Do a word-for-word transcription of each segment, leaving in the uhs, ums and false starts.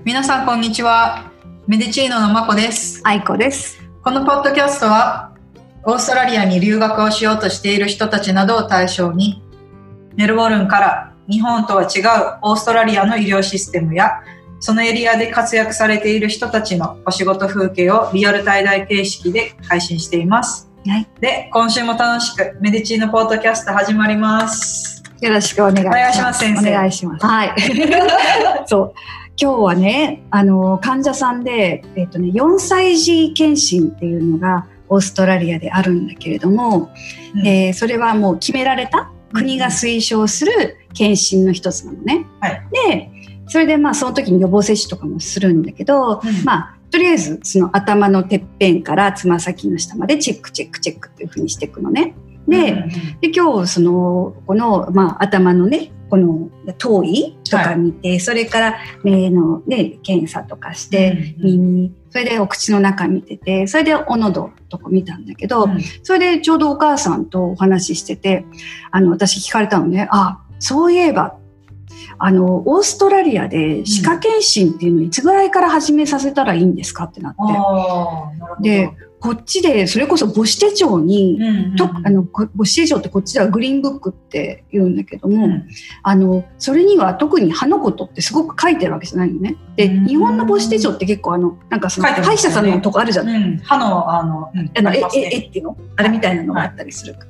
皆さんこんにちは。メディチーノのまこです。 あいこです。 このポッドキャストはオーストラリアに留学をしようとしている人たちなどを対象に、メルボルンから日本とは違うオーストラリアの医療システムやそのエリアで活躍されている人たちのお仕事風景をリアル対談形式で配信しています、はい、で今週も楽しくメディチーノポッドキャスト始まります。 よろしくお願いします。 お願いします。先生お願いします。はいそう今日はね、あの患者さんで、えっとね、よんさい児検診っていうのがオーストラリアであるんだけれども、うんえー、それはもう決められた国が推奨する検診の一つなのね、はい、でそれでまあその時に予防接種とかもするんだけど、うんまあ、とりあえずその頭のてっぺんからつま先の下までチェックチェックチェックっていう風にしていくのね。で、うん、で今日そのこの、まあ、頭のねこの頭位とか見て、はい、それから目の、ね、検査とかして、うん、耳それでお口の中見てて、それでお喉とか見たんだけど、うん、それでちょうどお母さんとお話ししてて、あの私聞かれたのね。あ、そういえばあのオーストラリアで歯科検診っていうのをいつぐらいから始めさせたらいいんですかってなって、うん、あー、なるほど。でこっちでそれこそ母子手帳に、うんうん、とあの母子手帳ってこっちではグリーンブックって言うんだけども、うん、あのそれには特に歯のことってすごく書いてるわけじゃないのね。で、うん、日本の母子手帳って結構あのなんかその歯医者さんのとこあるじゃない、うん、 歯のあの、うん、 あのえええっていうのあれみたいなのがあったりする、はい、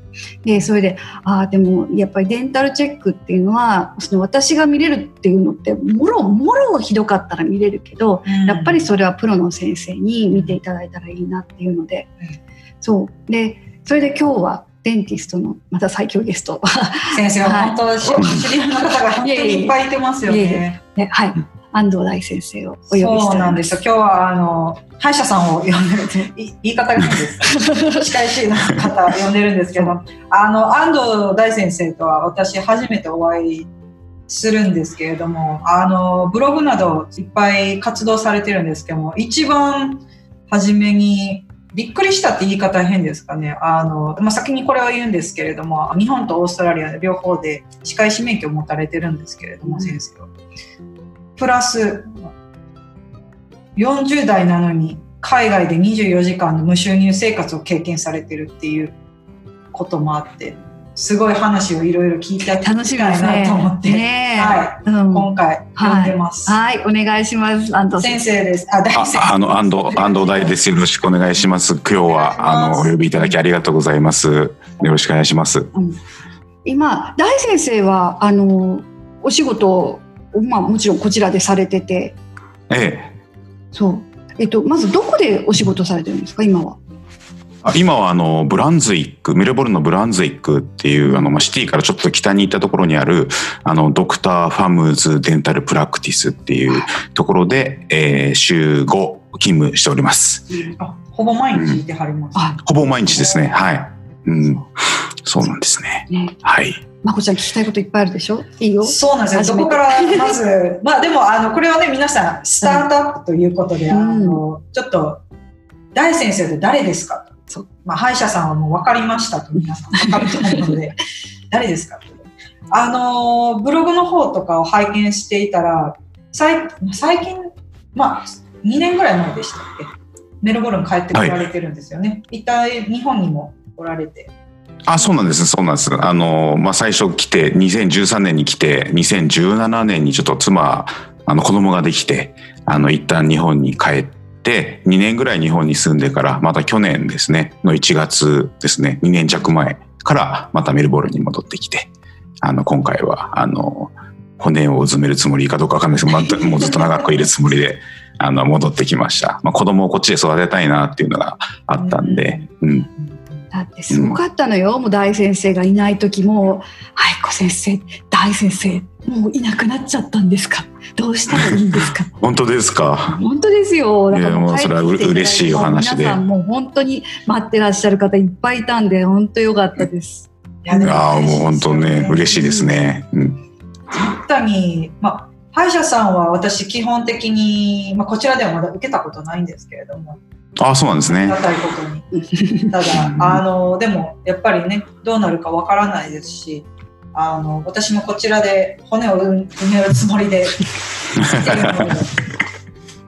でそれであでもやっぱりデンタルチェックっていうのはその私が見れるっていうのってもろもろひどかったら見れるけど、うん、やっぱりそれはプロの先生に見ていただいたらいいなっていうので、うん、そうでそれで今日はデンティストのまた最強ゲスト先生は本当、はい、知り合いの方が本当にいっぱいいてますよね。いえいえね、 はい安藤大先生をお呼びしております。 そうなんですよ。今日はあの歯医者さんを呼んでる言い方がいいです歯科医師の方呼んでるんですけどあの安藤大先生とは私初めてお会いするんですけれども、あのブログなどいっぱい活動されてるんですけども、一番初めにびっくりしたって言い方変ですかね。あの、まあ、先にこれを言うんですけれども、日本とオーストラリアで両方で歯科医師免許を持たれてるんですけれども、うん、先生はプラスよんじゅう代なのに海外でにじゅうよじかんの無収入生活を経験されてるっていうこともあって、すごい話をいろいろ聞いていきたいなと思って、ねはいうん、今回呼んでます。 はい、はい、お願いします。安藤先生です。あ、大先生。 あの安藤安藤大です。よろしくお願いします。今日はあのお呼びいただきありがとうございます。よろしくお願いします。うん、 今大先生はあのお仕事まあもちろんこちらでされてて、 ええ、 そうえっとまずどこでお仕事されてるんですか今は？ 今はあのブランズイックメルボルンのブランズイックっていうあの、まあ、シティからちょっと北に行ったところにあるあのドクターファムズデンタルプラクティスっていうところで、えー、週ご勤務しております。 あ、ほぼ毎日いてはります、 うん、ほぼ毎日ですね。はい、うん、そうなんですね。ねはい。 まこちゃん聞きたいこといっぱいあるでしょ？いいよ。 そうなんですよ。どこからまずまあでもあのこれはね皆さんスタートアップということで、うん、あのちょっと大先生って誰ですかと。そうまあ、歯医者さんはもう分かりましたと皆さん分かると思うので誰ですかと。あのブログの方とかを拝見していたら最近まあにねんぐらい前でしたっけ、メルボルン帰ってこられてるんですよね、はい、一体日本にも来られて。 あ、そうなんです。そうなんです。あの、まあ、最初来てにせんじゅうさんねんに来てにせんじゅうななねんにちょっと妻あの子供ができてあの一旦日本に帰ってでにねんぐらい日本に住んでからまた去年ですねのいちがつですねにねん弱前からまたメルボルンに戻ってきて、あの今回はあの骨をうずめるつもりかどうかわかんないですけど、まあ、もうずっと長くいるつもりであの戻ってきました。まあ、子供をこっちで育てたいなっていうのがあったんで、うん、 だってすごかったのよ、うん、もう大先生がいない時も愛子先生大先生もういなくなっちゃったんですか、どうしたらいいんですか本当ですか？ 本当ですよ。 だからもういやもうそれは嬉しいお話で、 皆さんもう本当に待ってらっしゃる方いっぱいいたんで本当良かったです。 いやもう本当ね嬉しいですね、うん、 本当に、まあ、歯医者さんは私基本的に、まあ、こちらではまだ受けたことないんですけれども、 あ、そうなんですね。 ありがたいことにただあのでもやっぱりねどうなるかわからないですし、あの私もこちらで骨を埋めるつもりで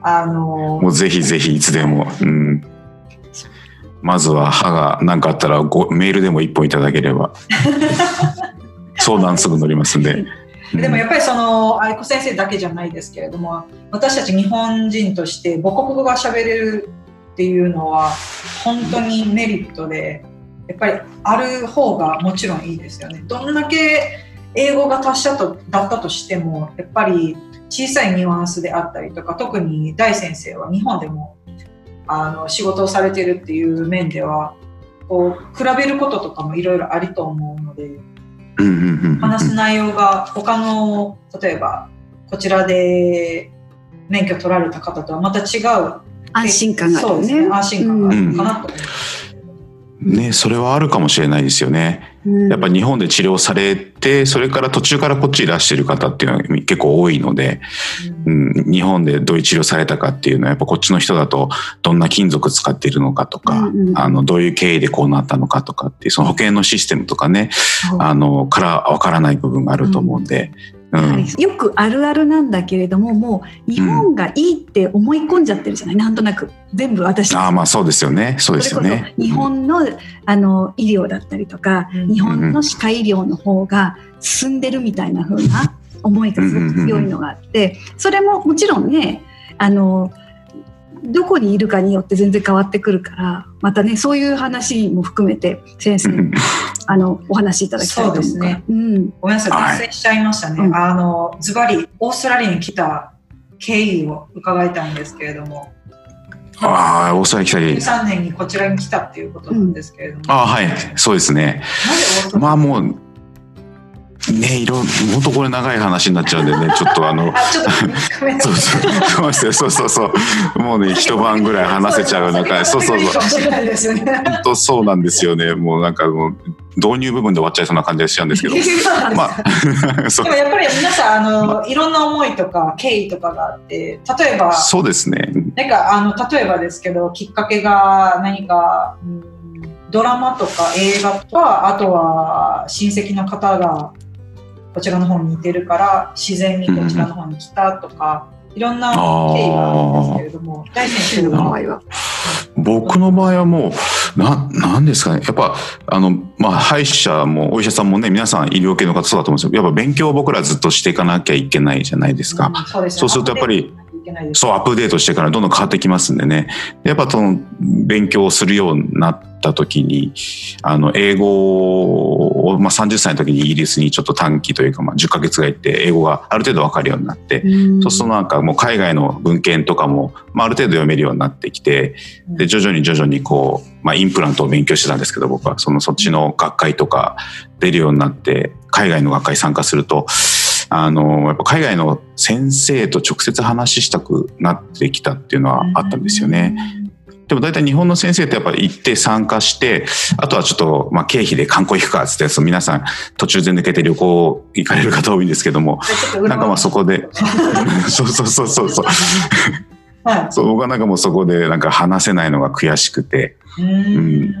あのもうぜひぜひいつでも、うん、まずは歯が何かあったらごメールでも一本いただければ相談すぐ乗りますんで。 でもやっぱりその愛子先生だけじゃないですけれども、私たち日本人として母国語が喋れるっていうのは本当にメリットで、やっぱりある方がもちろんいいですよね。どんだけ英語が達者とだったとしても、やっぱり小さいニュアンスであったりとか、特に大先生は日本でもあの仕事をされているっていう面では、こう比べることとかもいろいろありと思うので、話す内容が他の、例えばこちらで免許取られた方とはまた違う安心感があるね。 そうですね、安心感があるかなと思います。 ね、それはあるかもしれないですよね。うん、やっぱり日本で治療されて、それから途中からこっちいらしてる方っていうのは結構多いので、うんうん、日本でどういう治療されたかっていうのはやっぱこっちの人だとどんな金属使っているのかとか、うんうん、あのどういう経緯でこうなったのかとかっていうその保険のシステムとかね、うん、あのからわからない部分があると思うんで。うんうん、 よくあるあるなんだけれども、もう日本がいいって思い込んじゃってるじゃない、うん、なんとなく全部私あまあそうですよね、そうですよね。 日本の、あの医療だったりとか、うん、日本の歯科医療の方が進んでるみたいな風な思いがすごく強いのがあって、それももちろんね、あのどこにいるかによって全然変わってくるから、またねそういう話も含めて先生にあのお話しいただきたいと思う。 そうですね、うん、ごめんなさい、脱線しちゃいましたね、はい、あのズバリオーストラリアに来た経緯を伺いたいんですけれども。 ああ、オーストラリア来たりじゅうさんねんにこちらに来たっていうことなんですけれども、 うん、あはい、そうですね。まあもうね、いろ本当これ長い話になっちゃうんでね、ちょっとあのそうそうそうそうそうもうね一晩ぐらい話せちゃう中で、そうそうそう本当そうなんですよね。もうなんかもう導入部分で終わっちゃいそうな感じがしちゃうんですけどまあそうでもやっぱり皆さんあの、まあ、いろんな思いとか経緯とかがあって、例えばそうですね、 なんかあの例えばですけど、きっかけが何か、うん、ドラマとか映画とか、あとは親戚の方がこちらの方にいてるから自然にこちらの方に来たとか、うん、いろんな経緯があるんですけれども、大先生の場合は僕の場合はもうななんですかね、やっぱあの、まあ、歯医者もお医者さんもね、皆さん医療系の方そうだと思うんですけど、やっぱ勉強を僕らずっとしていかなきゃいけないじゃないですか、うん、そうですね、そうするとやっぱりそうアップデートしてからどんどん変わってきますんでね、やっぱその勉強をするようになった時に、あの英語を、まあ、さんじゅっさいの時にイギリスにちょっと短期というか、まあ、じゅっかげつぐらい行って英語がある程度分かるようになって、うん、そうするとなんかもう海外の文献とかも、まあ、ある程度読めるようになってきて、で徐々に徐々にこう、まあ、インプラントを勉強してたんですけど、僕はそのそっちの学会とか出るようになって海外の学会参加すると、あのやっぱ海外の先生と直接話したくなってきたっていうのはあったんですよね。でも大体日本の先生ってやっぱり行って参加して、あとはちょっとまあ経費で観光行くかっつって、皆さん途中で抜けて旅行行かれる方多いんですけども、なんかまあそこでそうそうそうそうそうはい、そう僕はなんかもうそこでなんか話せないのが悔しくて、うん、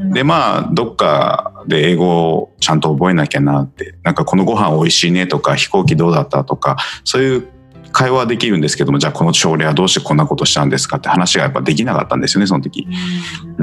でまあどっかで英語をちゃんと覚えなきゃなって、なんかこのご飯美味しいねとか飛行機どうだったとか、そういう会話はできるんですけども、じゃあこの症例はどうしてこんなことしたんですかって話がやっぱできなかったんですよね、その時。うん、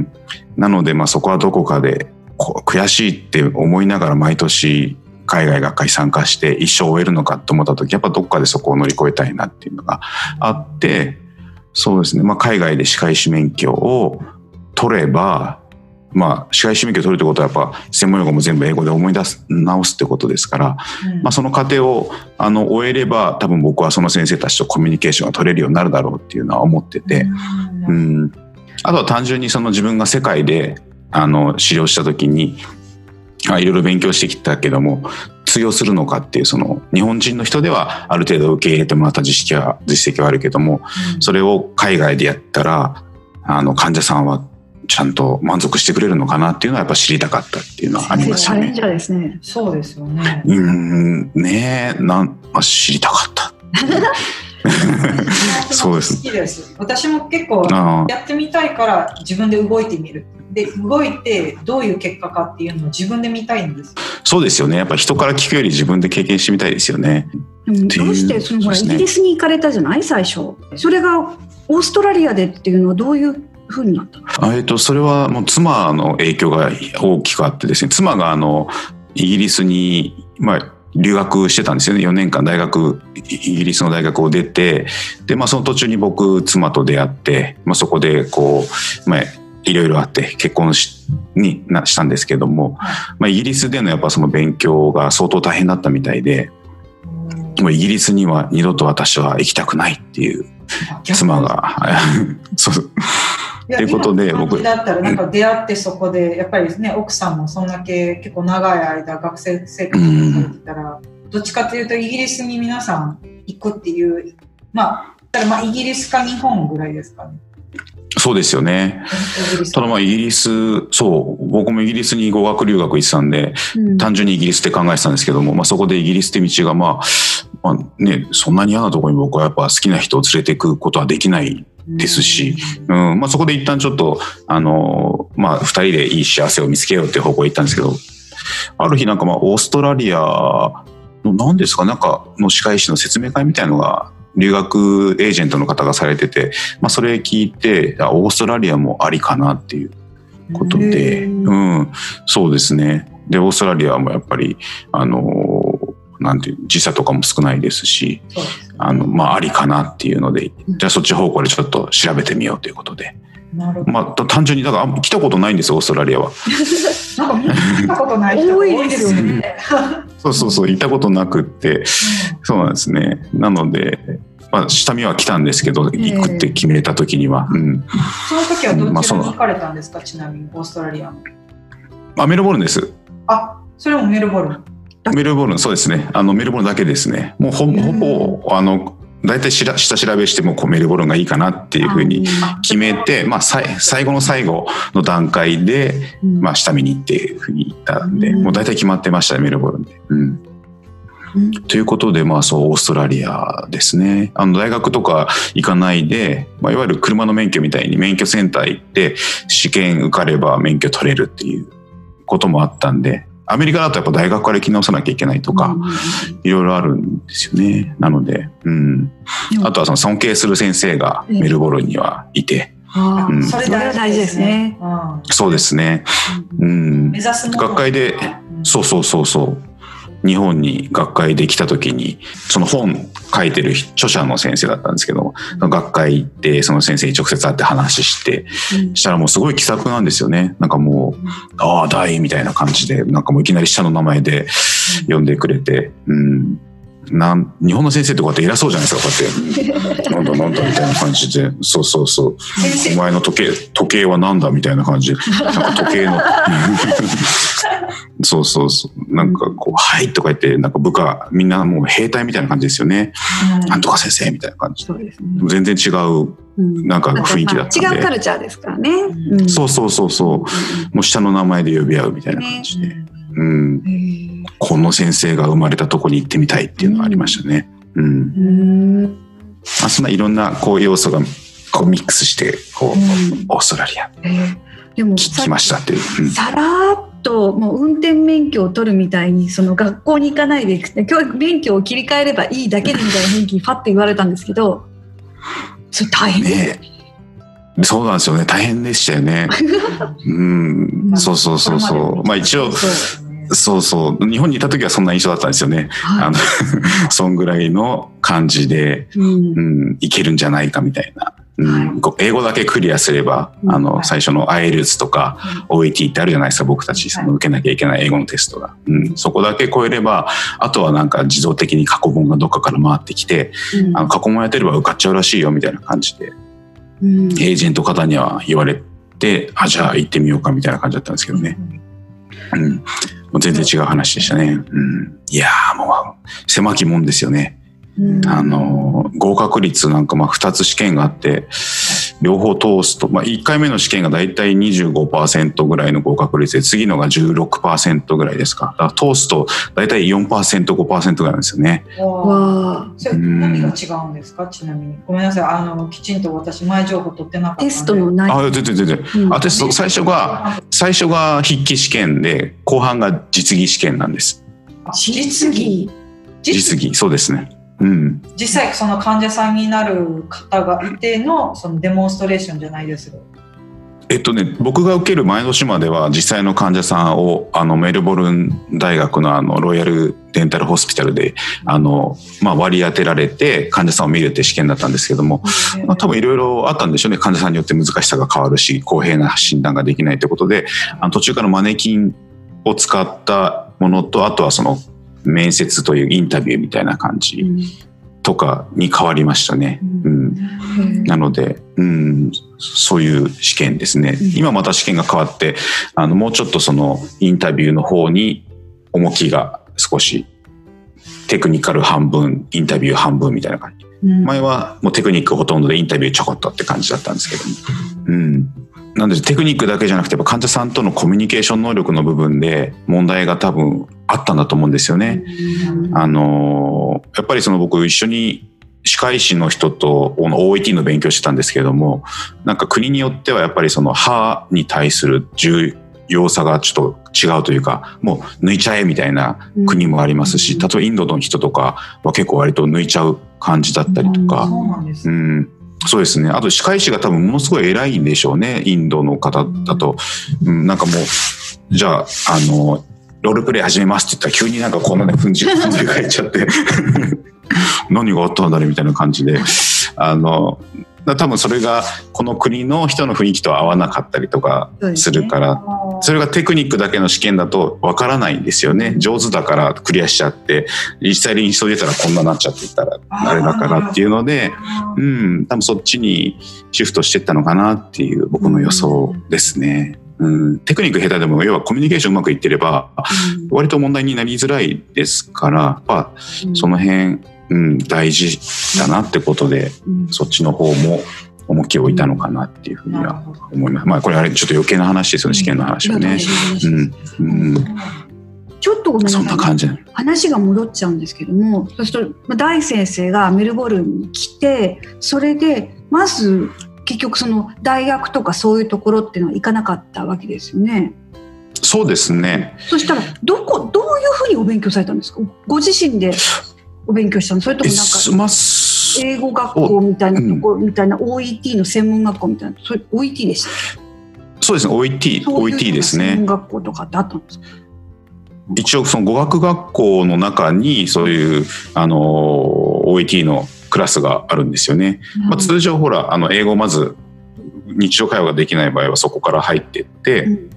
なのでまあそこはどこかでこう悔しいって思いながら毎年海外学会参加して一生終えるのかと思った時、やっぱどっかでそこを乗り越えたいなっていうのがあって、そうですね、まあ、海外で歯科医師免許を取れば、まあ、歯科医師免許を取るってことはやっぱ専門用語も全部英語で思い出す直すってことですから、うんまあ、その過程をあの終えれば多分僕はその先生たちとコミュニケーションが取れるようになるだろうっていうのは思ってて、うん、うん、あとは単純にその自分が世界であの治療した時にあいろいろ勉強してきたけども通用するのかっていう、その日本人の人ではある程度受け入れてもらった実績は実績はあるけども、うん、それを海外でやったらあの患者さんはちゃんと満足してくれるのかなっていうのはやっぱ知りたかったっていうのはありますよね。 チャレンジャーですね。 そうですよね。 うんねえなんあ知りたかった。そうです。 好きです。私も結構やってみたいから自分で動いてみる。で動いてどういう結果かっていうのを自分で見たいんです。 そうですよね。やっぱ人から聞くより自分で経験してみたいですよね。 でもどうしてそのほらイギリスに行かれたじゃない最初。それがオーストラリアでっていうのはどういうふうになったの？ えっとそれはもう妻の影響が大きくあってですね、妻があのイギリスにまあ留学してたんですよね。よねんかん大学イギリスの大学を出て、でまあその途中に僕妻と出会って、まあそこでこうまあいろいろあって結婚しになしたんですけども、まあイギリスでのやっぱその勉強が相当大変だったみたいで。もうイギリスには二度と私は行きたくないっていう妻がそうということで僕だったらなんか出会ってそこでやっぱりね奥さんもそんだけ結構長い間学生生活をされてたら、うん、どっちかというとイギリスに皆さん行くっていうまあただまあイギリスか日本ぐらいですかね。 そうですよね。ただまあイギリス、そう僕もイギリスに語学留学行ってたんで、うん、単純にイギリスって考えてたんですけども、まあ、そこでイギリスって道がまあ、まあね、そんなに嫌なところに僕はやっぱ好きな人を連れていくことはできないですし、うんうんまあ、そこで一旦ちょっとあの、まあ、ふたりでいい幸せを見つけようっていう方向へ行ったんですけど、ある日なんかまあオーストラリアの何ですかなんかの歯科医師の説明会みたいなのが留学エージェントの方がされてて、まあ、それ聞いてオーストラリアもありかなっていうことで、うん、そうですね。でオーストラリアもやっぱりあのなんていう時差とかも少ないですし、あのまあありかなっていうので、じゃあそっち方向でちょっと調べてみようということで、まあ単純にだから来たことないんですよオーストラリアは。 なんか見たことない人多いですよね。 そうそうそう行ったことなくって、うん、そうなんですね。なので。まあ、下見は来たんですけど、行くって決めた時には、うん、 その時はどちらに行かれたんですか、まあ、ちなみにオーストラリアの。 あメルボルンです。 あそれもメルボルン。 メルボルンそうですね。あのメルボルンだけですね。もう ほ, ほぼあの大体下調べしてもこうメルボルンがいいかなっていうふうに決めて、まあ、さ最後の最後の段階で、まあ、下見に行っていうふうに言ったんで、もう大体決まってましたねメルボルンで。うんということで、まあそう、オーストラリアですね。あの、大学とか行かないで、まあ、いわゆる車の免許みたいに免許センター行って、試験受かれば免許取れるっていうこともあったんで、アメリカだとやっぱ大学から行き直さなきゃいけないとか、いろいろあるんですよね。なので、うん。あとはその尊敬する先生がメルボルンにはいて、 あうん、それが大事ですね。 そうですね。うん。 目指すもの学会で、そうそうそうそう。日本に学会で来た時にその本書いてる著者の先生だったんですけど、学会行ってその先生に直接会って話して、うん、したらもうすごい気さくなんですよね。なんかもう、うん、ああ大みたいな感じでなんかもういきなり下の名前で呼んでくれて、うんなん日本の先生ってこうやって偉そうじゃないですか、こうやってなんだなんだみたいな感じで、そうそうそうお前の時計時計はなんだみたいな感じで、なんか時計のそうそうそうなんかこうはいとか言ってなんか部下みんなもう兵隊みたいな感じですよね、うん、なんとか先生みたいな感じで、そうですね、全然違うなんか雰囲気だったんで、 まあ、違うカルチャーですからね、 うん、そうそうそうそうもう下の名前で呼び合うみたいな感じで、ねうん、この先生が生まれたとこに行ってみたいっていうのがありましたね。うん。うんまあ、そんないろんなこう要素がこうミックスしてこう、うん、オーストラリア、えー、でも来ましたっていう。うん、 さらっともう運転免許を取るみたいにその学校に行かないで教育免許を切り替えればいいだけでみたいな雰囲気にファッて言われたんですけど、それ大変ですね。 そうなんですよね。大変でしたよね。うん、そうそうそうそう。まあ一応。そうそう日本にいた時はそんな印象だったんですよね、はい、あのそんぐらいの感じで、うんうん、いけるんじゃないかみたいな、うんはい、英語だけクリアすれば、うん、あの最初の アイエルツ とか、うん、オーエーティー ってあるじゃないですか僕たちその受けなきゃいけない英語のテストが、うん、そこだけ超えればあとはなんか自動的に過去問がどっかから回ってきて、うん、あの過去問やってれば受かっちゃうらしいよみたいな感じで、うん、エージェント方には言われてあじゃあ行ってみようかみたいな感じだったんですけどね、うん、もう全然違う話でしたね、うん、いやーもう狭きもんですよね、うん、あの合格率なんかまあふたつ試験があって両方通すと、まあ、いっかいめの試験がだいたい にじゅうごパーセント ぐらいの合格率で次のが じゅうろくパーセント ぐらいですか。だから通すとだいたい よんパーセント、ごパーセント ぐらいなんですよね。 わそれ何が違うんですか、ちなみに。ごめんなさいあのきちんと私前情報取ってなかったんで。テストの内容。あ全然全然、うん、あテスト最初が最初が筆記試験で後半が実技試験なんです。 実技実技、そうですね。うん。 実際その患者さんになる方がいてのそのデモンストレーションじゃないですか。 えっとね、僕が受ける前年までは実際の患者さんをあのメルボルン大学のあのロイヤルデンタルホスピタルであの、まあ、割り当てられて患者さんを見るって試験だったんですけども、まあ、多分いろいろあったんでしょうね。患者さんによって難しさが変わるし公平な診断ができないということで、あの途中からマネキンを使ったものと、あとはその面接というインタビューみたいな感じとかに変わりましたね。うん、なので、うん、そういう試験ですね。今また試験が変わって、あのもうちょっとそのインタビューの方に重きが少しテクニカル半分、インタビュー半分みたいな感じ。うん、前はもうテクニックほとんどでインタビューちょこっとって感じだったんですけども、うん、なのでテクニックだけじゃなくてやっぱ患者さんとのコミュニケーション能力の部分で問題が多分あったんだと思うんですよね。うん、あのやっぱりその僕一緒に歯科医師の人と オーイーティー の勉強してたんですけれども、なんか国によってはやっぱりその歯に対する重要さがちょっと違うというか、もう抜いちゃえみたいな国もありますし、例えばインドの人とかは結構割と抜いちゃう感じだったりとか、うん、そうなんですね。うん、そうですね。あと歯科医師が多分ものすごい偉いんでしょうね、インドの方だと。うん、なんかもうじゃああのロールプレイ始めますって言ったら急になんかこんなねふんじふんじがいちゃって何があったんだねみたいな感じで、あの多分それがこの国の人の雰囲気と合わなかったりとかするから、それがテクニックだけの試験だとわからないんですよね。上手だからクリアしちゃって実際に急いでたらこんななっちゃっていたらあれだからっていうので、うん、多分そっちにシフトしていったのかなっていう僕の予想ですね。うん、テクニック下手でも要はコミュニケーションうまくいってれば割と問題になりづらいですから、まあ、その辺、うん、大事だなってことで、うん、そっちの方も重きを置いたのかなっていうふうには思います。まあこれあれちょっと余計な話ですよね、試験の話はね。うんうん、 ちょっとごめんなさい、 そんな感じ。 話が戻っちゃうんですけども、そうすると大先生がメルボルンに来て、それでまず結局その大学とかそういうところっていうのは行かなかったわけですよね。 そうですね。 そしたらどこどういうふうにお勉強されたんですか？ご自身でお勉強したの？それともなんか英語学校みたいなところ、うん、みたいな オーイーティー の専門学校みたいな、それ オーイーティー でしたっけ？そうですね、 オーイーティーオーイーティー ですね。 専門学校とかってあったんですか？ 一応その語学学校の中にそういうあの オーイーティー のクラスがあるんですよね。うん、まあ、通常ほらあの英語まず日常会話ができない場合はそこから入っていって、うん、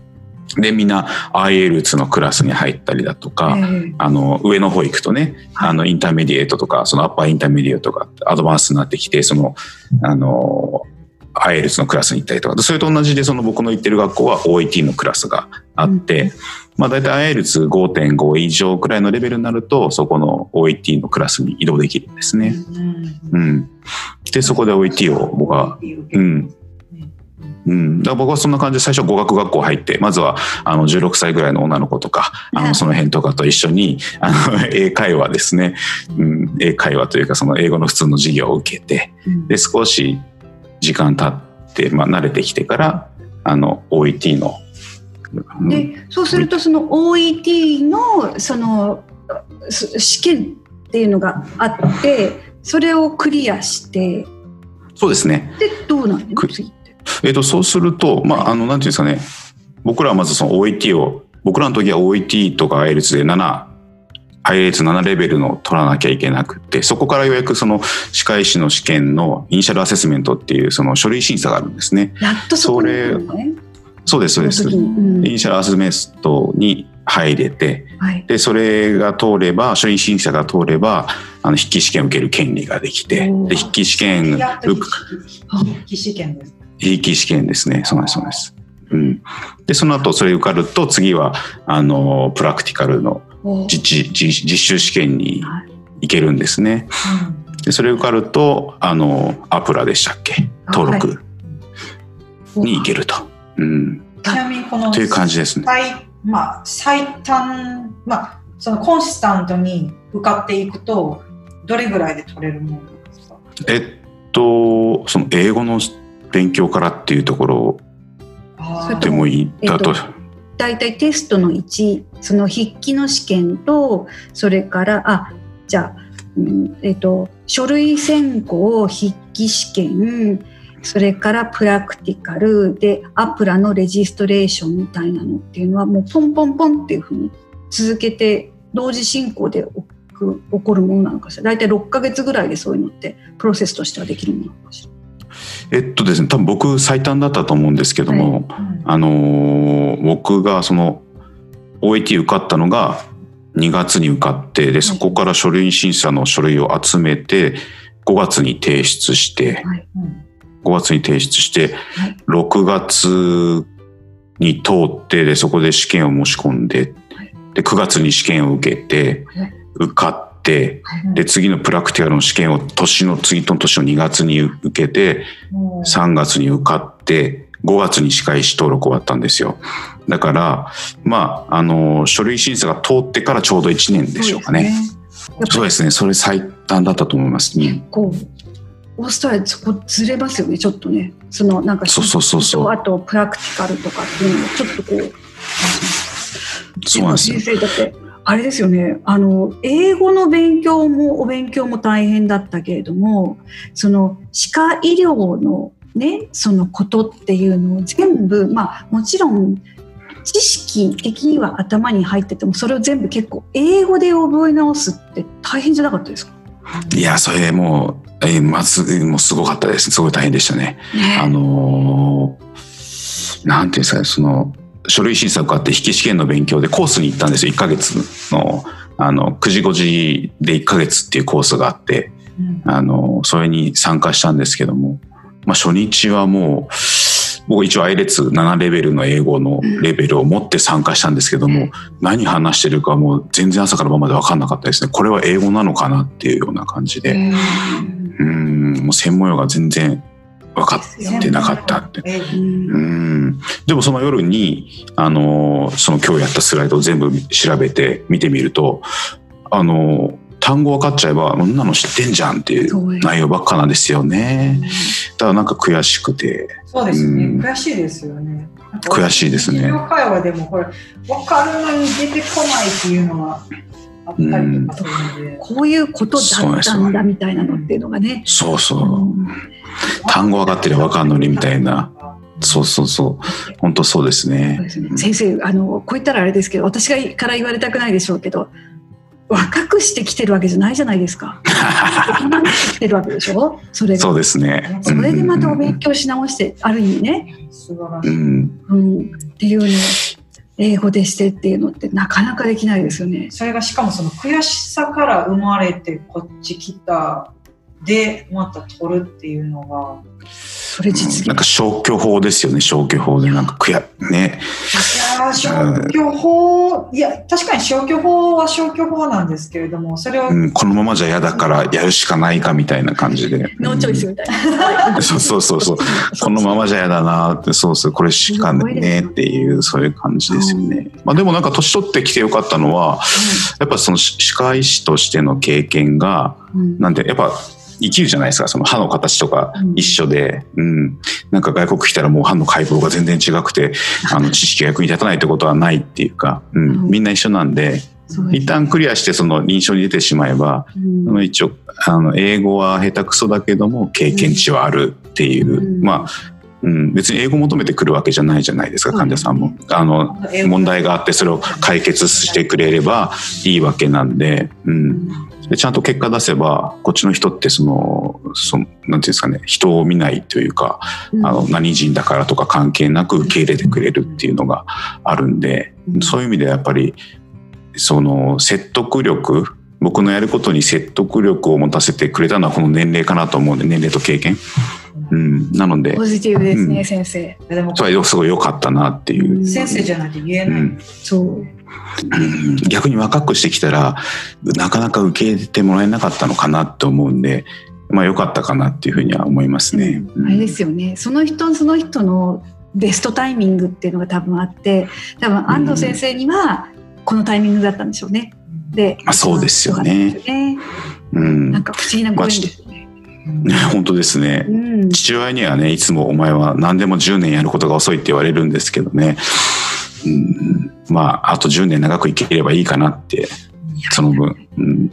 でみんな アイエルツ のクラスに入ったりだとか、えー、あの上の方行くとね、はい、あのインターメディエートとかそのアッパーインターメディエートとかアドバンスになってきて、そのあの アイエルツ のクラスに行ったりとか、それと同じでその僕の行ってる学校は オーイーティー のクラスがあって、うん、まあ、だいたい アイエルツごてんご 以上くらいのレベルになるとそこの オーイーティー のクラスに移動できるんですね。うんうん、でそこで オーイーティー を僕は、うんうん、だから僕はそんな感じで最初語学学校入って、まずはあのじゅうろくさいぐらいの女の子とかあのその辺とかと一緒にあの英会話ですね、うん、英会話というかその英語の普通の授業を受けて、で少し時間経って、まあ、慣れてきてからあの オーイーティー の、 うん、でそうするとその オーイーティー のその試験っていうのがあって、それをクリアして、 そうですね。 でどうなんですか？ えー、とそうすると、まあ、あのなんていうんですかね、僕らはまずその オーイーティー を、僕らの時は オーイーティー とか アイエルツ でなな、アイエルツななレベルの取らなきゃいけなくて、そこからようやくその歯科医師の試験のイニシャルアセスメントっていうその書類審査があるんですね。 やっとそこに来るのね。 そうですそうです、うん、イニシャルアセスメントに入れて、はい、でそれが通れば、書類審査が通ればあの筆記試験を受ける権利ができて、で筆記試験筆記試験です筆記試験ですね。そうですそうです、うん、でその後それ受かると次はあのプラクティカルの実, 実, 実習試験に行けるんですね。でそれ受かるとあのアプラでしたっけ、登録に行けると、うん、 ちなみにこのという感じですね。 最、まあ、最短、まあ、そのコンスタントに受かっていくとどれぐらいで取れるものですか？ えっとその英語の勉強からっていうところでもいいだと、 だいたいテストのいち、その筆記の試験と、それからあじゃあ、うんえーと、書類選考、筆記試験、それからプラクティカルでアプラのレジストレーションみたいなのっていうのはもうポンポンポンっていうふうに続けて同時進行で起こるものなのかしら。だいたいろっかげつぐらいでそういうのってプロセスとしてはできるものなのかしら。 えっとですね、多分僕最短だったと思うんですけども、はい、あのー、僕がその オーイーティー 受かったのがにがつに受かって、でそこから書類審査の書類を集めてごがつに提出して、はい、ごがつに提出してろくがつに通って、でそこで試験を申し込んで、でくがつに試験を受けて受かって、で次のプラクティカルの試験を年の次の年のにがつに受けてさんがつに受かってごがつに歯科医師登録終わったんですよ。だからまああの書類審査が通ってからちょうどいちねんでしょうかね。そうですね、それ最短だったと思います。結構オーストラリアそこずれますよね、ちょっとね。そのなんかそうそうそうそう、 あとプラクティカルとかっていうのもちょっとこう、 そうなんですよ。 先生だってあれですよね、あの英語の勉強もお勉強も大変だったけれども、その歯科医療のねそのことっていうのを全部、まあもちろん知識的には頭に入ってても、それを全部結構英語で覚え直すって大変じゃなかったですか？ いや、それもう、えー、まずもうすごかったです。すごい大変でしたね。ね、あのー、なんていうんですかね、その書類審査があって筆記試験の勉強でコースに行ったんですよ。いっかげつのあのくじごじでいっかげつっていうコースがあって、うん、あのそれに参加したんですけども、まあ、初日はもう僕一応 アイレツなな レベルの英語のレベルを持って参加したんですけども、うん、何話してるかもう全然朝から晩まで分かんなかったですね。これは英語なのかなっていうような感じで、うん、うんもう専門用が全然分かってなかったって、うん、でもその夜にあのその今日やったスライドを全部調べて見てみると、あの単語分かっちゃえばこんなの知ってんじゃんっていう内容ばっかなんですよね。だからなんか悔しくて。 そうですね、うん、悔しいですよね。 悔しいですね。 日常会話でもこれ分かるのに出てこないっていうのはあったりとかするので、 こういうことだったんだみたいなのっていうのがね。 そうそう、うん、単語分かってりゃ分かんのにみたいな。そうそうそう、本当そうですね。そうですね、 先生、あのこう言ったらあれですけど、私から言われたくないでしょうけど、若くしてきてるわけじゃないじゃないですか。大人にしてきてるわけでしょ。それがそうですね。 それでまたお勉強し直して、ある意味ね、うんうん、っていうのを英語でしてっていうのってなかなかできないですよね。 それがしかもその悔しさから生まれてこっち来たでまた取るっていうのが、 それ実現、 うん、なんか消去法ですよね。消去法でなんか悔やね。 いや消去法、いや確かに消去法は消去法なんですけれども、それを、 うん、このままじゃ嫌だからやるしかないかみたいな感じで、 ノーチョイスみたいな、 うん、そうそうそうそうこのままじゃ嫌だなって、そうそうこれしかねっていうそういう感じですよね。まあ、でもなんか年取ってきてよかったのは、うん、やっぱその歯科医師としての経験が、うん、なんでやっぱ生きるじゃないですか。その歯の形とか一緒で、うん、うん、なんか外国来たらもう歯の解剖が全然違くて、あの知識が役に立たないってことはないっていうか、うん、みんな一緒なんで、うん、一旦クリアしてその臨床に出てしまえば、うん、一応あの英語は下手くそだけども経験値はあるっていう、うん、まあ、うん、別に英語求めてくるわけじゃないじゃないですか、患者さんも。あの問題があってそれを解決してくれればいいわけなんで、うん、でちゃんと結果出せばこっちの人ってその、そのなんていうんですかね、人を見ないというか、うん、あの何人だからとか関係なく受け入れてくれるっていうのがあるんで、うん、そういう意味でやっぱりその説得力、僕のやることに説得力を持たせてくれたのはこの年齢かなと思うんで、年齢と経験、うん、なのでポジティブですね、うん、先生。 でもそれはすごい良かったなっていう、 うん、先生じゃないと言えない、うん、 そう、 うん、逆に若くしてきたらなかなか受け入れてもらえなかったのかなと思うんで、まあ良かったかなっていうふうには思いますね、 うん、あれですよね、その人その人のベストタイミングっていうのが多分あって、多分安藤先生にはこのタイミングだったんでしょうね。で、 まあ、そうですよね、 うん、なんか不思議なご縁ですよね、 まあ、本当ですね、うん、父親にはねいつもお前は何でもじゅうねんやることが遅いって言われるんですけどね、うん、まああとじゅうねん長く生きればいいかなって、その分、うん、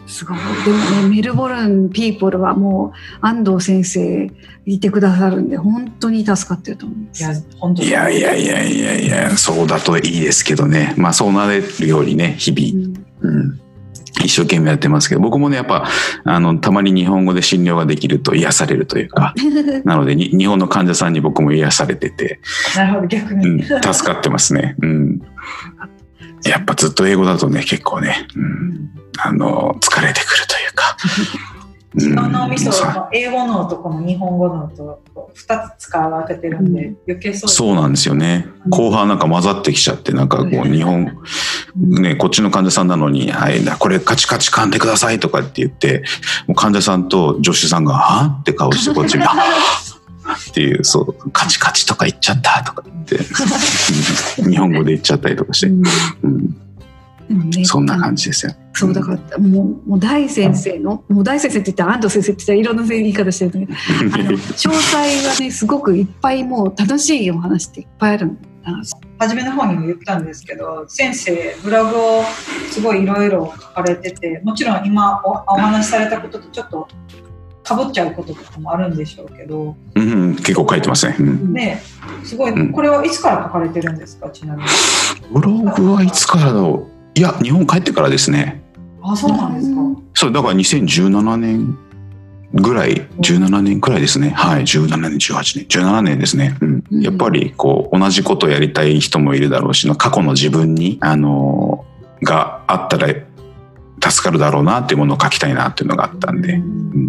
すごい。でもね、メルボルンピーポルはもう安藤先生いてくださるんで本当に助かってると思います。 いや本当いやいやいやいやいや、そうだといいですけどね。まあそうなれるようにね、日々、うんうん、一生懸命やってますけど、僕もねやっぱあのたまに日本語で診療ができると癒されるというかなのでに日本の患者さんに僕も癒されてて、 なるほど、逆に、 うん、助かってますね、うん、やっぱずっと英語だとね結構ね、うん、あの疲れてくるというか自分のミソの英語のとこの日本語のとふたつ使われてるんで、うん、余計そうそうなんですよね。後半なんか混ざってきちゃってなんかこう日本ねこっちの患者さんなのに、はい、これカチカチ噛んでくださいとかって言ってもう患者さんと助手さんがはぁって顔してこっちにっていうそうカチカチとか言っちゃったとか言って日本語で言っちゃったりとかして、うんうんね、そんな感じですよ。 そうだからもう、もう大先生のもう大先生って言ったら安藤先生って言ったらいろんな言い方してるんだけどあの詳細はねすごくいっぱいもう楽しいお話っていっぱいあるんだな。 初めの方にも言ったんですけど先生ブログをすごいいろいろ書かれててもちろん今 お, お話しされたこととちょっとかぶっちゃうこととかもあるんでしょうけど、 うん、結構書いてますね、うん、 ねすごい、うん、これはいつから書かれてるんですか？ちなみにブログはいつからだろう。いや日本帰ってからですね。 あ、そうなんですか。 そうだからにせんじゅうななねんぐらいじゅうななねんくらいですね。はいじゅうななねんじゅうはちねんじゅうななねんですね、うんうん、やっぱりこう同じことをやりたい人もいるだろうし過去の自分にあのがあったら助かるだろうなっていうものを書きたいなっていうのがあったんで、うん、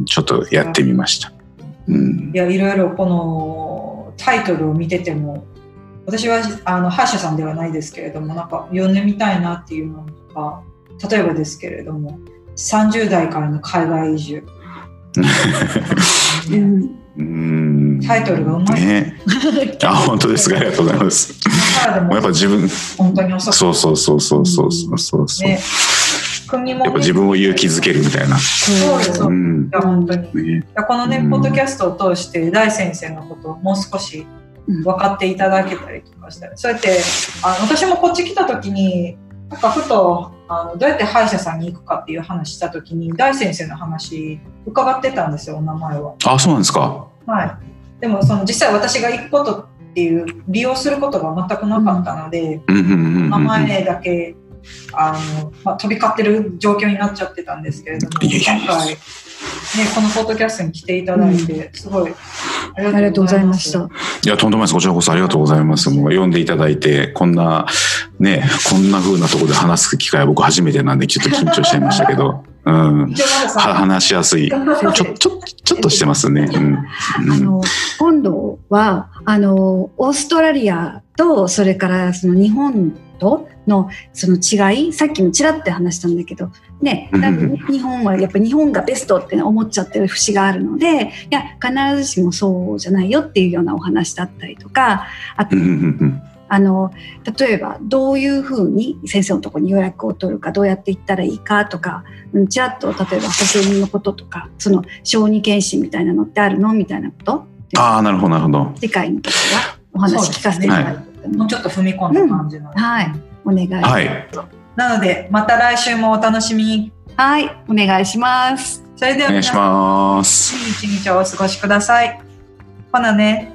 ちょっとやってみました、うん、 いやいろいろこのタイトルを見てても私はあの歯医者さんではないですけれどもなんか読んでみたいなっていうのとか例えばですけれどもさんじゅう代からの海外移住うんタイトルがうまい、 ね、あ本当ですか。ありがとうございます。やっぱ自分本当に遅くそうそうそうそうそうそうそうそう、ね、国もやっぱ自分を勇気づけるみたいな。 そうです、うん、いや本当に、ね、このね、うん、ポッドキャストを通して大先生のことをもう少し分かっていただけたりとかしたら、そうやってあの私もこっち来た時になんかふとあのどうやって歯医者さんに行くかっていう話した時に大先生の話伺ってたんですよ、お名前は。 あ、そうなんですか。 はい。でもその実際私が行くことっていう利用することが全くなかったので、うん、名前だけあの、まあ、飛び交ってる状況になっちゃってたんですけれども、今回、ね、このポッドキャストに来ていただいて、うん、すごいありがとうございました。 いやとんでもないです。こちらこそありがとうございます。もう読んでいただいてこんなねこんな風なところで話す機会は僕初めてなんでちょっと緊張しちゃいましたけど、うん、話しやすいちょちょちょっとしてますね。うん、 あの今度はあのオーストラリアとそれからその日本とのその違い、さっきもちらって話したんだけどね、日本はやっぱり日本がベストって思っちゃってる節があるので、いや必ずしもそうじゃないよっていうようなお話だったりとか、あとあの例えばどういうふうに先生のところに予約を取るか、どうやって行ったらいいかとか、ちらっと例えば保険のこととか、その小児検診みたいなのってあるのみたいなこと、 ああなるほどなるほど、 次回の時はお話聞かせていただいて、 はい、もうちょっと踏み込んだ感じなので、うん、 はい、お願いします、はい、 なのでまた来週もお楽しみに。 はい、お願いします。 それでは皆さん、いい一日をお過ごしください。ほなね。